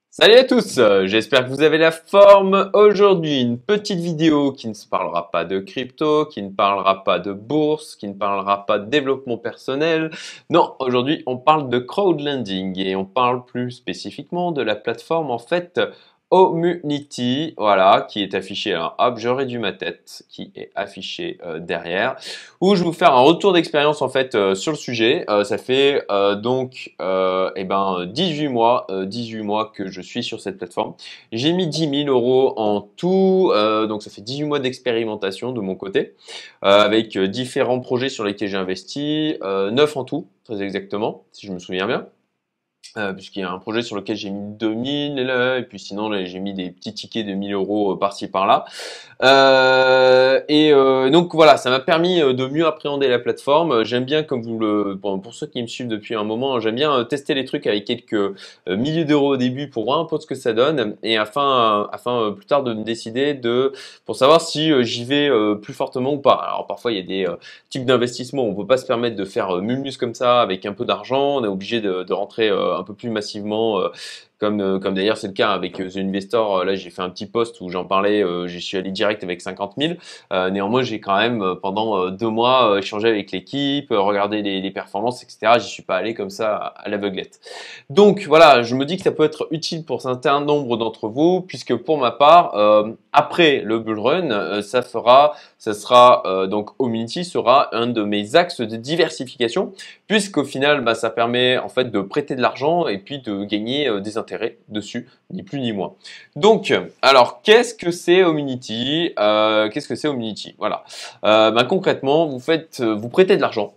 Salut à tous, j'espère que vous avez la forme. Aujourd'hui, une petite vidéo qui ne se parlera pas de crypto, qui ne parlera pas de bourse, qui ne parlera pas de développement personnel. Non, aujourd'hui, on parle de crowdlending et on parle plus spécifiquement de la plateforme Omunity, voilà, qui est affichée. Alors, hop, je réduis ma tête, qui est affichée derrière, où je vais vous faire un retour d'expérience sur le sujet. Ça fait 18 mois que je suis sur cette plateforme. J'ai mis 10 000 € en tout, donc ça fait 18 mois d'expérimentation de mon côté, avec différents projets sur lesquels j'ai investi, 9 en tout, très exactement, si je me souviens bien. Puisqu'il y a un projet sur lequel j'ai mis 2000 et puis sinon là, j'ai mis des petits tickets de 1 000 € par-ci par-là. Donc voilà, ça m'a permis de mieux appréhender la plateforme. J'aime bien, pour ceux qui me suivent depuis un moment, j'aime bien tester les trucs avec quelques milliers d'euros au début pour voir un peu ce que ça donne et afin plus tard de me décider pour savoir si j'y vais plus fortement ou pas. Alors parfois il y a des types d'investissement où on peut pas se permettre de faire mumus comme ça avec un peu d'argent. On est obligé de rentrer un peu plus massivement. Comme d'ailleurs c'est le cas avec The Investor, là j'ai fait un petit post où j'en parlais, j'y suis allé direct avec 50 000. Néanmoins j'ai quand même pendant 2 mois échangé avec l'équipe, regardé les performances, etc. J'y suis pas allé comme ça à l'aveuglette. Donc voilà, je me dis que ça peut être utile pour un certain nombre d'entre vous, puisque pour ma part, après le bull run, donc Omunity sera un de mes axes de diversification, puisqu'au final, ça permet en fait de prêter de l'argent et puis de gagner des intérêts dessus, ni plus ni moins. Donc, alors, qu'est-ce que c'est Omunity? Voilà. Concrètement, vous prêtez de l'argent.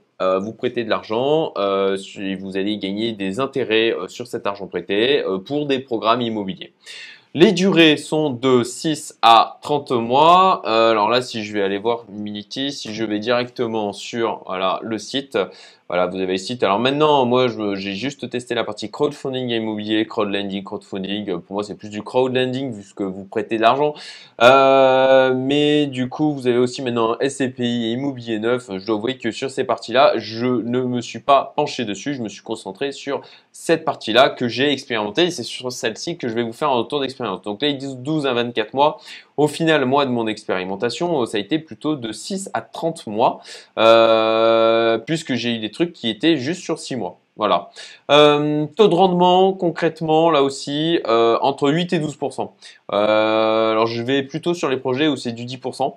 Et vous allez gagner des intérêts sur cet argent prêté pour des programmes immobiliers. Les durées sont de 6 à 30 mois. Alors là, si je vais aller voir Omunity, si je vais directement sur le site, voilà, vous avez le site. Alors maintenant, moi, j'ai juste testé la partie crowdfunding immobilier, crowdlending, crowdfunding. Pour moi, c'est plus du crowdlending vu que vous prêtez de l'argent. Mais du coup, vous avez aussi maintenant un SCPI et immobilier neuf. Je dois avouer que sur ces parties-là, je ne me suis pas penché dessus. Je me suis concentré sur cette partie-là que j'ai expérimentée. Et c'est sur celle-ci que je vais vous faire un retour d'expérience. Donc là, ils disent 12 à 24 mois. Au final, moi, de mon expérimentation, ça a été plutôt de 6 à 30 mois, puisque j'ai eu des trucs qui étaient juste sur 6 mois. Voilà. Taux de rendement, concrètement, là aussi, entre 8 et 12%. Alors, je vais plutôt sur les projets où c'est du 10%.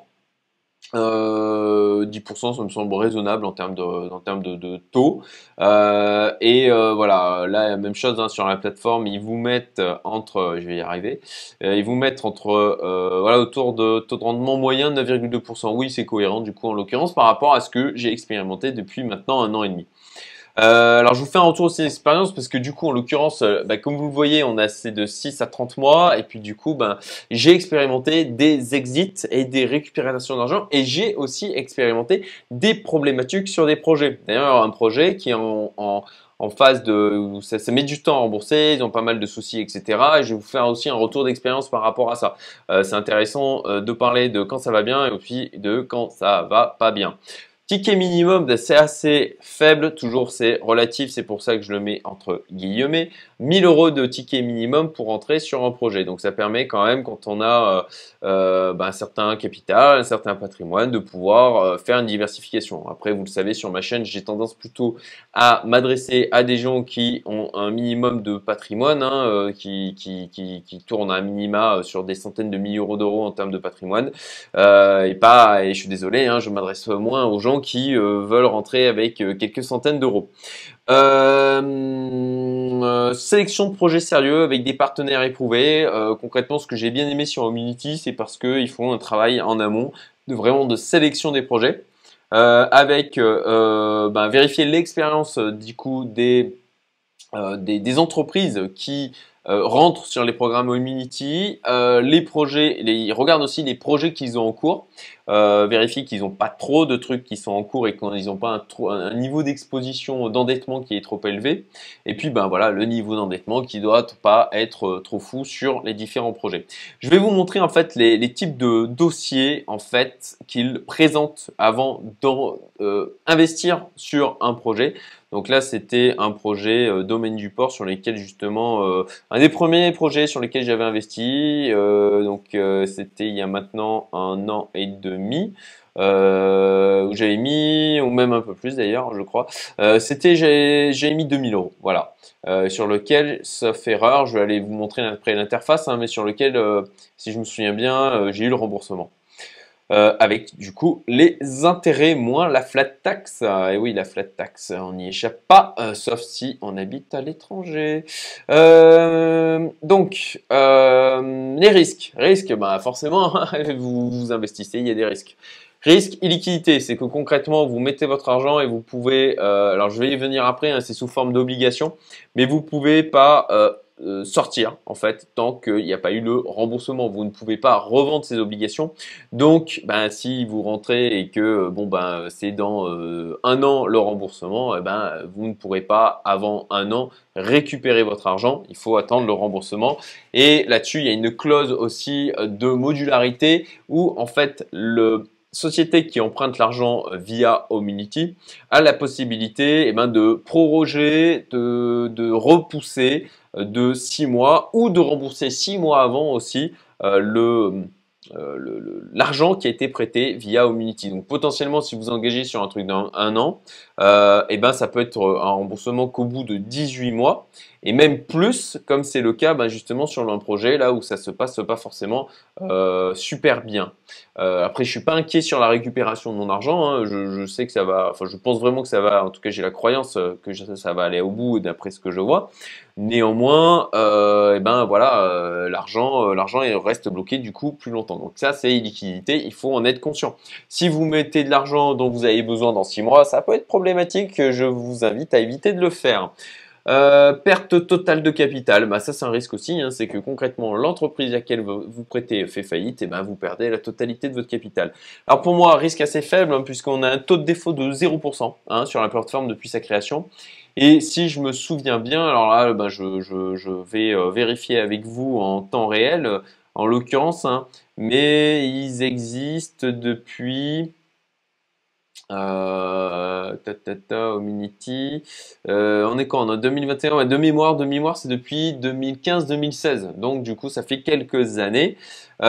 10%, ça me semble raisonnable en termes de taux. Voilà, là, la même chose sur la plateforme, ils vous mettent je vais y arriver, ils vous mettent autour de taux de rendement moyen de 9,2%. Oui, c'est cohérent du coup en l'occurrence par rapport à ce que j'ai expérimenté depuis maintenant 1 an et demi. Alors je vous fais un retour aussi d'expérience parce que du coup en l'occurrence, comme vous le voyez, on a c'est de 6 à 30 mois et puis du coup j'ai expérimenté des exits et des récupérations d'argent et j'ai aussi expérimenté des problématiques sur des projets. D'ailleurs un projet qui est en phase où ça met du temps à rembourser, ils ont pas mal de soucis, etc. Et je vais vous faire aussi un retour d'expérience par rapport à ça. C'est intéressant de parler de quand ça va bien et puis de quand ça va pas bien. Ticket minimum, c'est assez faible, toujours c'est relatif, c'est pour ça que je le mets entre guillemets. 1 000 € de ticket minimum pour entrer sur un projet. Donc ça permet quand même, quand on a un certain capital, un certain patrimoine, de pouvoir faire une diversification. Après, vous le savez, sur ma chaîne, j'ai tendance plutôt à m'adresser à des gens qui ont un minimum de patrimoine, qui tournent à un minima sur des centaines de milliers d'euros en termes de patrimoine. Et je suis désolé, je m'adresse moins aux gens qui veulent rentrer avec quelques centaines d'euros. Sélection de projets sérieux avec des partenaires éprouvés. Concrètement, ce que j'ai bien aimé sur Omunity, c'est parce qu'ils font un travail en amont de sélection des projets, avec vérifier l'expérience du coup des entreprises qui rentrent sur les programmes Omunity, ils regardent aussi les projets qu'ils ont en cours, vérifient qu'ils n'ont pas trop de trucs qui sont en cours et qu'ils n'ont pas un niveau d'exposition d'endettement qui est trop élevé. Et puis voilà, le niveau d'endettement qui doit pas être trop fou sur les différents projets. Je vais vous montrer en fait les types de dossiers en fait qu'ils présentent avant d'investir sur un projet. Donc là, c'était un projet domaine du port sur lesquels justement, un des premiers projets sur lesquels j'avais investi. C'était il y a maintenant 1 an et demi. Où j'avais mis, ou même un peu plus d'ailleurs, je crois. J'ai mis 2 000 €, voilà, sur lequel, sauf erreur, je vais aller vous montrer après l'interface, hein, mais sur lequel, si je me souviens bien, j'ai eu le remboursement. Avec du coup les intérêts moins la flat tax. Et oui, la flat tax, on n'y échappe pas, sauf si on habite à l'étranger. Les risques. Risques, bah forcément, vous investissez, il y a des risques. Risque, illiquidité, c'est que concrètement, vous mettez votre argent et vous pouvez, alors je vais y venir après, hein, c'est sous forme d'obligation, mais vous pouvez pas sortir en fait tant qu'il n'y a pas eu le remboursement. Vous ne pouvez pas revendre ces obligations. Donc, ben, si vous rentrez et que bon ben c'est dans 1 an le remboursement, vous ne pourrez pas avant 1 an récupérer votre argent. Il faut attendre le remboursement. Et là-dessus, il y a une clause aussi de modularité où en fait le société qui emprunte l'argent via Homunity a la possibilité de proroger, de repousser de 6 mois ou de rembourser 6 mois avant aussi l'argent qui a été prêté via Homunity. Donc potentiellement, si vous engagez sur un truc d'un an, ça peut être un remboursement qu'au bout de 18 mois et même plus, comme c'est le cas justement sur un projet là où ça se passe pas forcément super bien. Après, je suis pas inquiet sur la récupération de mon argent, hein. Je sais que ça va, enfin je pense vraiment que ça va, en tout cas j'ai la croyance que ça va aller au bout d'après ce que je vois. Néanmoins, l'argent il reste bloqué du coup plus longtemps. Donc ça, c'est illiquidité, il faut en être conscient. Si vous mettez de l'argent dont vous avez besoin dans 6 mois, ça peut être problématique. Je vous invite à éviter de le faire. Perte totale de capital, ça c'est un risque aussi, hein, c'est que concrètement l'entreprise à laquelle vous prêtez fait faillite, et vous perdez la totalité de votre capital. Alors pour moi, risque assez faible, hein, puisqu'on a un taux de défaut de 0% hein, sur la plateforme depuis sa création. Et si je me souviens bien, alors là je vais vérifier avec vous en temps réel, en l'occurrence, hein, mais ils existent depuis... Homunity. On est quand? En 2021, ouais, de mémoire, c'est depuis 2015-2016. Donc, du coup, ça fait quelques années.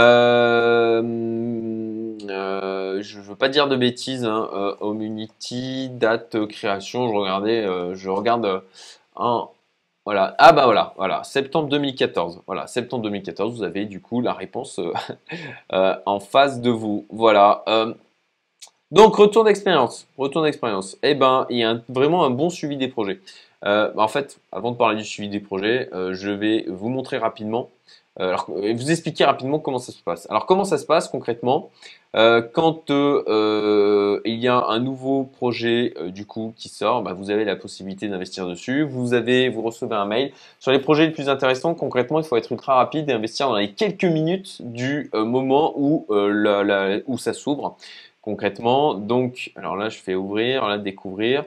Je veux pas dire de bêtises, hein. Homunity, date création, je regarde en. Voilà. Ah bah voilà, septembre 2014. Voilà, septembre 2014, vous avez du coup la réponse en face de vous. Voilà. Donc, retour d'expérience. Il y a vraiment un bon suivi des projets. En fait, avant de parler du suivi des projets, je vais vous montrer rapidement, vous expliquer rapidement comment ça se passe. Alors, comment ça se passe concrètement quand il y a un nouveau projet du coup qui sort, vous avez la possibilité d'investir dessus. Vous recevez un mail. Sur les projets les plus intéressants, concrètement, il faut être ultra rapide et investir dans les quelques minutes du moment où ça s'ouvre. Concrètement, donc, alors là, je fais ouvrir, là, découvrir,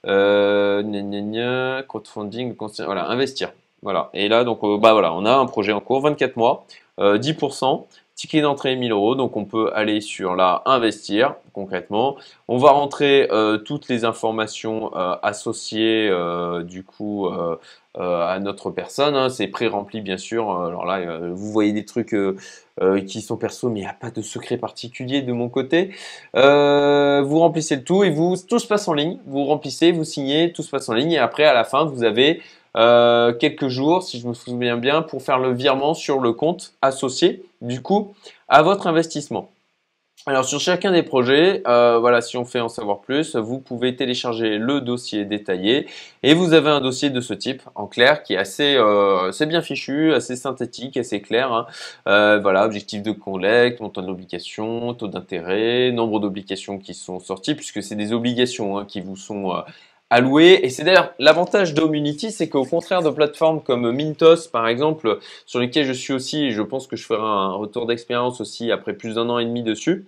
crowdfunding, voilà, investir. Voilà. Et là, donc, voilà, on a un projet en cours, 24 mois, 10%, ticket d'entrée 1 000 €. Donc, on peut aller sur là, investir, concrètement. On va rentrer toutes les informations associées, du coup, à notre personne, hein. C'est pré-rempli, bien sûr. Alors là, vous voyez des trucs qui sont perso, mais il n'y a pas de secret particulier de mon côté. Vous remplissez le tout et tout se passe en ligne. Vous remplissez, vous signez, tout se passe en ligne. Et après, à la fin, vous avez quelques jours, si je me souviens bien, pour faire le virement sur le compte associé, du coup, à votre investissement. Alors sur chacun des projets, voilà, si on fait en savoir plus, vous pouvez télécharger le dossier détaillé et vous avez un dossier de ce type en clair qui est assez bien fichu, assez synthétique, assez clair, hein. Voilà, objectif de collecte, montant de l'obligation, taux d'intérêt, nombre d'obligations qui sont sorties puisque c'est des obligations hein, qui vous sont allouées. Et c'est d'ailleurs l'avantage d'Homunity, c'est qu'au contraire de plateformes comme Mintos par exemple, sur lesquelles je suis aussi, et je pense que je ferai un retour d'expérience aussi après plus d'1 an et demi dessus,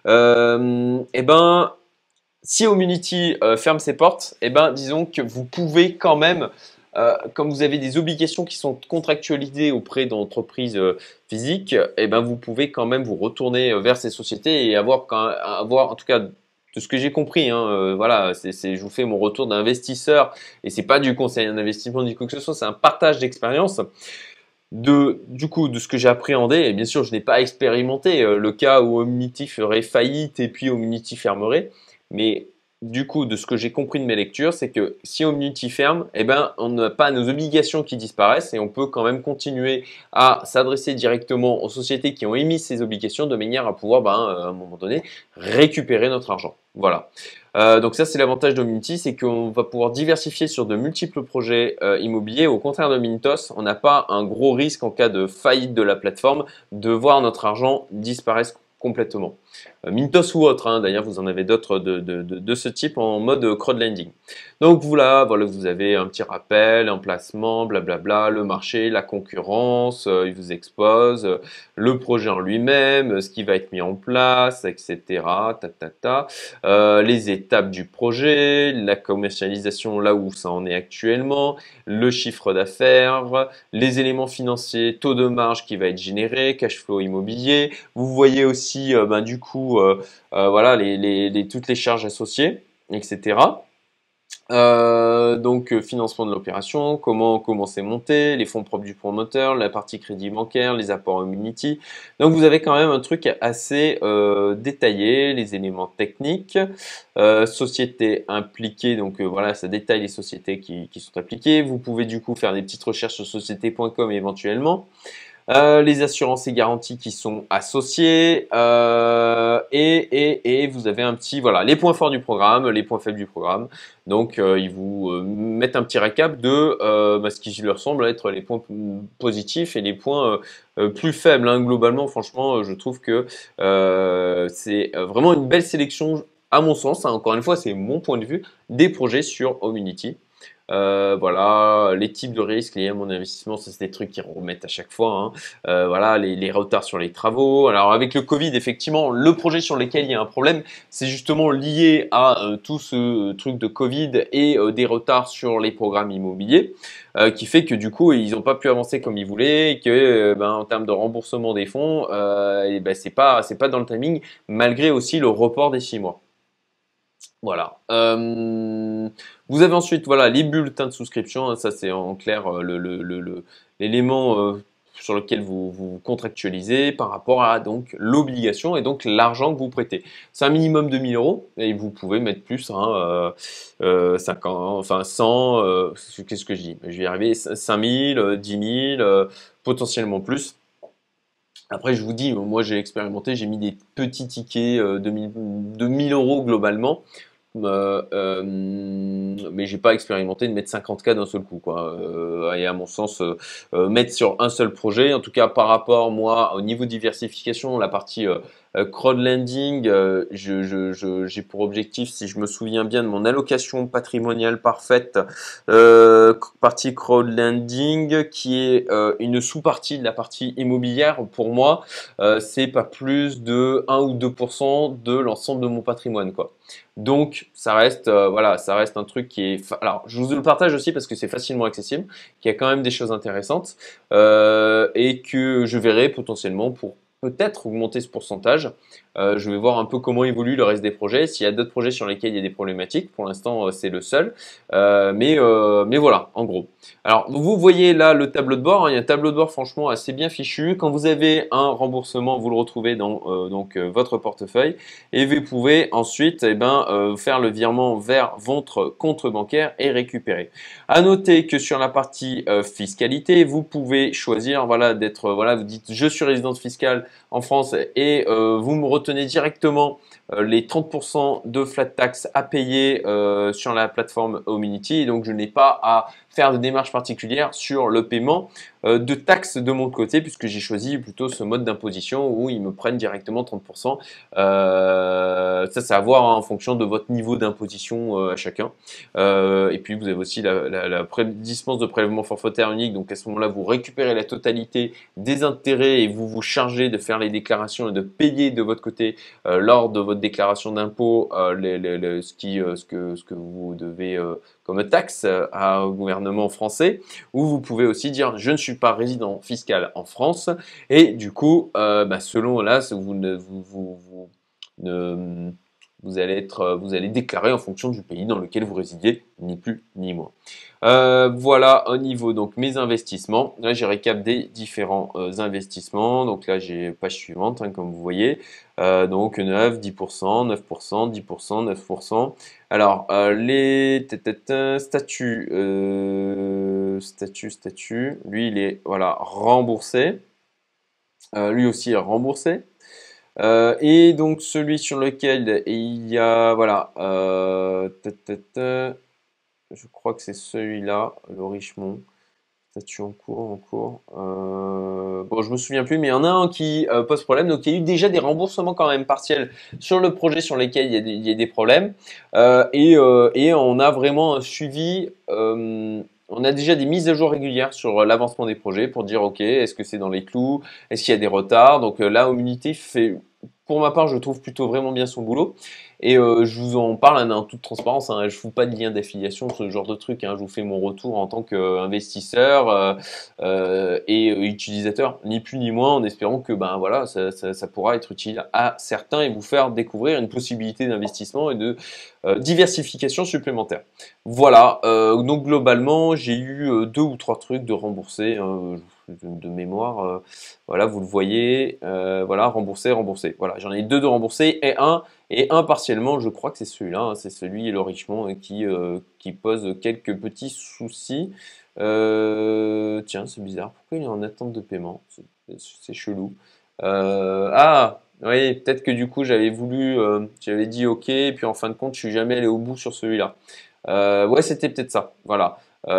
si Homunity ferme ses portes, disons que vous pouvez quand même, comme vous avez des obligations qui sont contractualisées auprès d'entreprises physiques, vous pouvez quand même vous retourner vers ces sociétés et avoir en tout cas de ce que j'ai compris, hein, voilà, je vous fais mon retour d'investisseur et c'est pas du conseil en investissement ni quoi que ce soit, c'est un partage d'expérience du coup, de ce que j'ai appréhendé. Et bien sûr, je n'ai pas expérimenté le cas où Omnity ferait faillite et puis Omnity fermerait, mais du coup, de ce que j'ai compris de mes lectures, c'est que si Omnity ferme, eh ben, on n'a pas nos obligations qui disparaissent et on peut quand même continuer à s'adresser directement aux sociétés qui ont émis ces obligations de manière à pouvoir, à un moment donné, récupérer notre argent. Voilà. Donc ça, c'est l'avantage d'Omnity, c'est qu'on va pouvoir diversifier sur de multiples projets immobiliers. Au contraire de Mintos, on n'a pas un gros risque en cas de faillite de la plateforme de voir notre argent disparaître complètement. Mintos ou autre, hein, d'ailleurs vous en avez d'autres de ce type en mode crowdlending. Donc voilà, vous avez un petit rappel, un placement, blablabla, le marché, la concurrence, il vous expose, le projet en lui-même, ce qui va être mis en place, etc. Les étapes du projet, la commercialisation là où ça en est actuellement, le chiffre d'affaires, les éléments financiers, taux de marge qui va être généré, cash flow immobilier. Vous voyez aussi du coup voilà toutes les charges associées, etc. Donc financement de l'opération, comment c'est monté, les fonds propres du promoteur, la partie crédit bancaire, les apports Omnity. Donc vous avez quand même un truc assez détaillé, les éléments techniques, sociétés impliquées, donc voilà, ça détaille les sociétés qui sont impliquées. Vous pouvez du coup faire des petites recherches sur société.com éventuellement. Les assurances et garanties qui sont associées et vous avez un petit voilà les points forts du programme, les points faibles du programme. Donc ils vous mettent un petit récap de ce qui leur semble être les points positifs et les points plus faibles. Hein. Globalement, franchement, je trouve que c'est vraiment une belle sélection à mon sens. Hein. Encore une fois, c'est mon point de vue des projets sur Omnity. Voilà, les types de risques liés à mon investissement, ça c'est des trucs qui remettent à chaque fois. Hein. Voilà, les retards sur les travaux. Alors avec le Covid, effectivement, le projet sur lequel il y a un problème, c'est justement lié à tout ce truc de Covid et des retards sur les programmes immobiliers, qui fait que du coup ils n'ont pas pu avancer comme ils voulaient, et que en termes de remboursement des fonds, c'est pas dans le timing, malgré aussi le report des 6 mois. Voilà. Vous avez ensuite voilà les bulletins de souscription. Hein, ça c'est en clair l'élément sur lequel vous contractualisez par rapport à donc l'obligation et donc l'argent que vous prêtez. C'est un minimum de 1000 euros et vous pouvez mettre plus, hein, 50, enfin 100. Qu'est-ce que je dis? Je vais y arriver. 5000, 10 000, potentiellement plus. Après, je vous dis, moi j'ai expérimenté, j'ai mis des petits tickets de 1000 euros globalement. Mais j'ai pas expérimenté de mettre 50K d'un seul coup, quoi. Et à mon sens, mettre sur un seul projet, en tout cas par rapport moi au niveau diversification, la partie crowdlending, j'ai pour objectif, si je me souviens bien de mon allocation patrimoniale parfaite, partie crowdlending qui est une sous-partie de la partie immobilière. Pour moi, c'est pas plus de 1 ou 2% de l'ensemble de mon patrimoine, quoi. Donc, ça reste, voilà, ça reste un truc qui est. Alors, je vous le partage aussi parce que c'est facilement accessible, qu'il y a quand même des choses intéressantes et que je verrai potentiellement pour peut-être augmenter ce pourcentage. Je vais voir un peu comment évolue le reste des projets. S'il y a d'autres projets sur lesquels il y a des problématiques, pour l'instant, c'est le seul. Mais voilà, en gros. Alors, vous voyez là le tableau de bord. Hein, il y a un tableau de bord franchement assez bien fichu. Quand vous avez un remboursement, vous le retrouvez dans votre portefeuille et vous pouvez ensuite faire le virement vers votre compte bancaire et récupérer. À noter que sur la partie fiscalité, vous pouvez choisir d'être vous dites je suis résidence fiscale en France et vous me retenez directement les 30% de flat tax à payer sur la plateforme Omnity. Et donc, je n'ai pas à faire de démarche particulière sur le paiement de taxes de mon côté puisque j'ai choisi plutôt ce mode d'imposition où ils me prennent directement 30%. Ça, c'est à voir hein, en fonction de votre niveau d'imposition à chacun. Et puis, vous avez aussi la dispense de prélèvement forfaitaire unique. Donc, à ce moment-là, vous récupérez la totalité des intérêts et vous vous chargez de faire les déclarations et de payer de votre côté lors de votre déclaration d'impôt ce que vous devez comme taxe au gouvernement français, ou vous pouvez aussi dire je ne suis pas résident fiscal en France et du coup selon là vous ne Vous allez déclarer en fonction du pays dans lequel vous résidez, ni plus ni moins. Voilà au niveau donc mes investissements. Là, j'ai récap des différents investissements. Donc là, j'ai page suivante, hein, comme vous voyez. Donc 9, 10%, 9%, 10%, 9%. Alors, les statuts, lui, il est voilà, remboursé. Lui aussi est remboursé. Et donc celui sur lequel il y a, voilà, je crois que c'est celui-là, le Richemont. Statut en cours. Bon, je me souviens plus, mais il y en a un qui pose problème. Donc, il y a eu déjà des remboursements quand même partiels sur le projet sur lesquels il y a des problèmes. Et on a vraiment un suivi. On a déjà des mises à jour régulières sur l'avancement des projets pour dire, OK, est-ce que c'est dans les clous? Est-ce qu'il y a des retards? Donc là, Omnity fait, pour ma part, je trouve plutôt vraiment bien son boulot. Et je vous en parle hein, en toute transparence. Hein, je ne vous fais pas de lien d'affiliation, ce genre de truc. Hein, je vous fais mon retour en tant qu'investisseur et utilisateur, ni plus ni moins, en espérant que ben voilà, ça pourra être utile à certains et vous faire découvrir une possibilité d'investissement et de diversification supplémentaire. Voilà. Donc globalement, j'ai eu 2 ou 3 trucs de remboursés. De mémoire, voilà, vous le voyez, voilà, remboursé, remboursé. Voilà, j'en ai 2 de remboursés et un partiellement, je crois que c'est celui-là, hein, c'est celui le Richemont qui pose quelques petits soucis. Tiens, c'est bizarre, pourquoi il est en attente de paiement? C'est chelou. Ah, oui, peut-être que du coup j'avais dit OK, et puis en fin de compte, je suis jamais allé au bout sur celui-là. Ouais, c'était peut-être ça, voilà.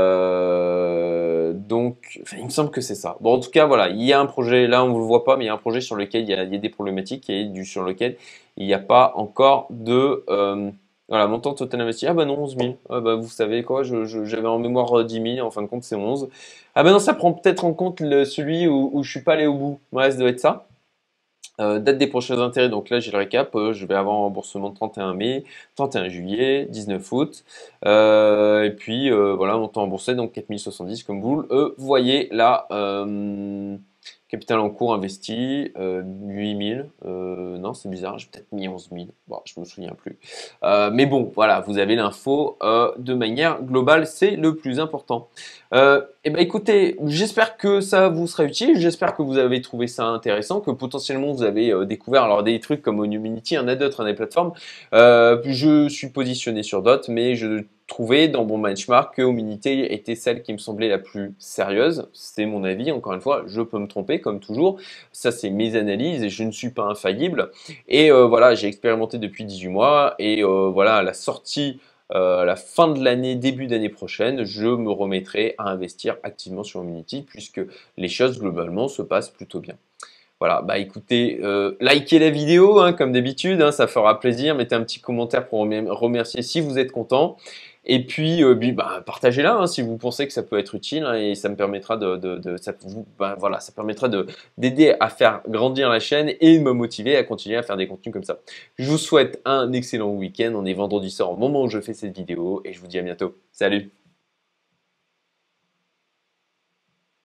Donc, enfin, il me semble que c'est ça. Bon, en tout cas, voilà, il y a un projet, là on ne le voit pas, mais il y a un projet sur lequel il y a des problématiques et sur lequel il n'y a pas encore de voilà, montant total investi. Ah bah non, 11 000. Ah bah vous savez quoi, j'avais en mémoire 10 000, en fin de compte c'est 11. Ah bah non, ça prend peut-être en compte celui où je suis pas allé au bout. Ouais, ça doit être ça. Date des prochains intérêts, donc là j'ai le récap, je vais avoir un remboursement 31 mai, 31 juillet, 19 août, et puis voilà, montant remboursé, donc 4070 comme vous le voyez là, capital en cours investi, 8000, non c'est bizarre, j'ai peut-être mis 11 000, bon, je me souviens plus. Mais bon, voilà, vous avez l'info de manière globale, c'est le plus important. Eh ben écoutez, j'espère que ça vous sera utile, j'espère que vous avez trouvé ça intéressant, que potentiellement vous avez découvert alors des trucs comme Omnity, il y en a d'autres, hein, des plateformes. Je suis positionné sur d'autres, mais je trouvais dans mon benchmark que Omnity était celle qui me semblait la plus sérieuse. C'est mon avis, encore une fois, je peux me tromper comme toujours. Ça, c'est mes analyses et je ne suis pas infaillible. Et voilà, j'ai expérimenté depuis 18 mois et voilà, à la sortie à la fin de l'année, début d'année prochaine, je me remettrai à investir activement sur Omnity puisque les choses globalement se passent plutôt bien. Voilà, bah écoutez, likez la vidéo hein, comme d'habitude, hein, ça fera plaisir. Mettez un petit commentaire pour remercier si vous êtes content. Et puis, bah, partagez-la hein, si vous pensez que ça peut être utile hein, et ça me permettra voilà, ça permettra d'aider à faire grandir la chaîne et de me motiver à continuer à faire des contenus comme ça. Je vous souhaite un excellent week-end. On est vendredi soir au moment où je fais cette vidéo et je vous dis à bientôt. Salut!